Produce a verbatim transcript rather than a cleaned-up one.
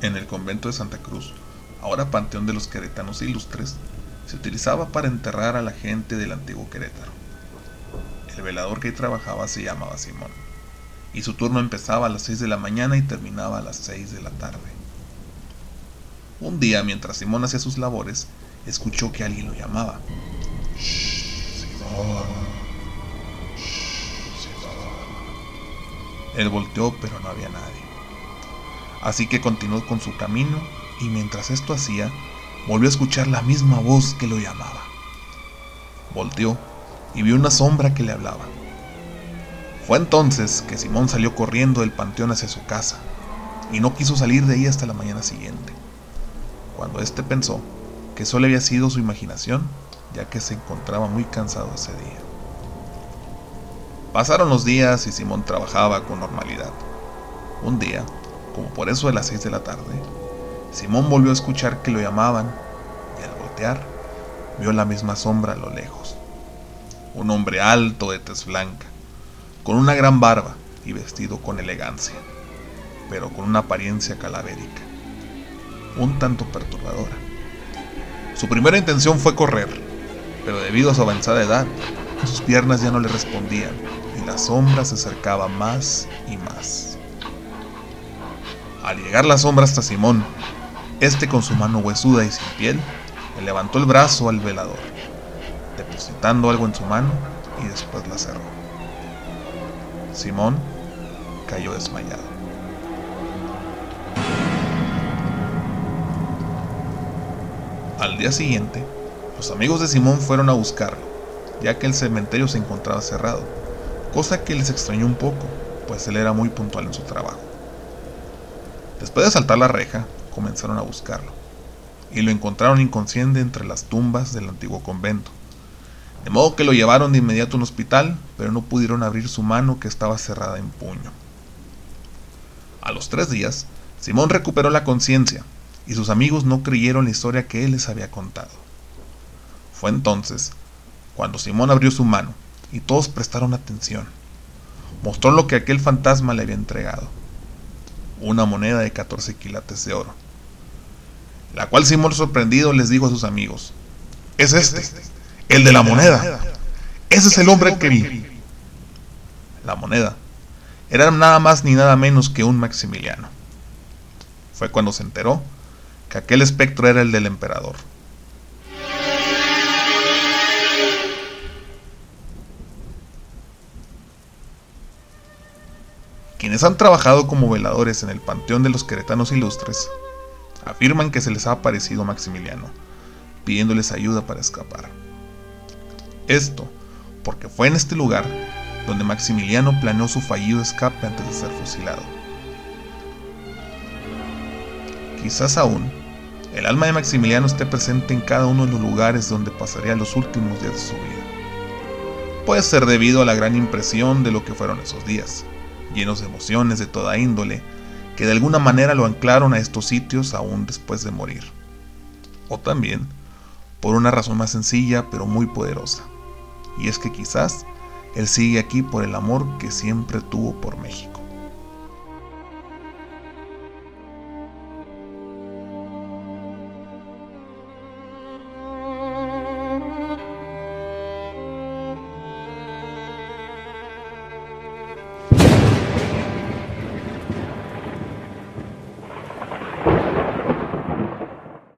En el convento de Santa Cruz, ahora panteón de los queretanos ilustres, se utilizaba para enterrar a la gente del antiguo Querétaro. El velador que ahí trabajaba se llamaba Simón, y su turno empezaba a las seis de la mañana y terminaba a las seis de la tarde. Un día, mientras Simón hacía sus labores, escuchó que alguien lo llamaba. Shh, Simón. Shh, Simón. Él volteó, pero no había nadie. Así que continuó con su camino, y mientras esto hacía, volvió a escuchar la misma voz que lo llamaba. Volteó y vio una sombra que le hablaba. Fue entonces que Simón salió corriendo del panteón hacia su casa, y no quiso salir de ahí hasta la mañana siguiente, cuando éste pensó que solo había sido su imaginación, ya que se encontraba muy cansado ese día. Pasaron los días y Simón trabajaba con normalidad. Un día, como por eso de las seis de la tarde, Simón volvió a escuchar que lo llamaban, y al voltear, vio la misma sombra a lo lejos. Un hombre alto de tez blanca, con una gran barba y vestido con elegancia, pero con una apariencia calavérica, un tanto perturbadora. Su primera intención fue correr, pero debido a su avanzada edad, sus piernas ya no le respondían, y la sombra se acercaba más y más. Al llegar la sombra hasta Simón, este con su mano huesuda y sin piel, le levantó el brazo al velador, depositando algo en su mano y después la cerró. Simón cayó desmayado. Al día siguiente, los amigos de Simón fueron a buscarlo, ya que el cementerio se encontraba cerrado, cosa que les extrañó un poco, pues él era muy puntual en su trabajo. Después de saltar la reja, comenzaron a buscarlo, y lo encontraron inconsciente entre las tumbas del antiguo convento, de modo que lo llevaron de inmediato a un hospital, pero no pudieron abrir su mano que estaba cerrada en puño. A los tres días, Simón recuperó la conciencia, y sus amigos no creyeron la historia que él les había contado. Fue entonces cuando Simón abrió su mano, y todos prestaron atención. Mostró lo que aquel fantasma le había entregado: una moneda de catorce quilates de oro, la cual Simón, sorprendido, les dijo a sus amigos: «Es este, el de la moneda. Ese es el hombre al que vi». La moneda era nada más ni nada menos que un Maximiliano. Fue cuando se enteró que aquel espectro era el del emperador. Quienes han trabajado como veladores en el panteón de los queretanos ilustres afirman que se les ha aparecido Maximiliano, pidiéndoles ayuda para escapar. Esto porque fue en este lugar donde Maximiliano planeó su fallido escape antes de ser fusilado. Quizás aún el alma de Maximiliano esté presente en cada uno de los lugares donde pasaría los últimos días de su vida. Puede ser debido a la gran impresión de lo que fueron esos días, llenos de emociones de toda índole, que de alguna manera lo anclaron a estos sitios aún después de morir. O también por una razón más sencilla pero muy poderosa, y es que quizás él sigue aquí por el amor que siempre tuvo por México.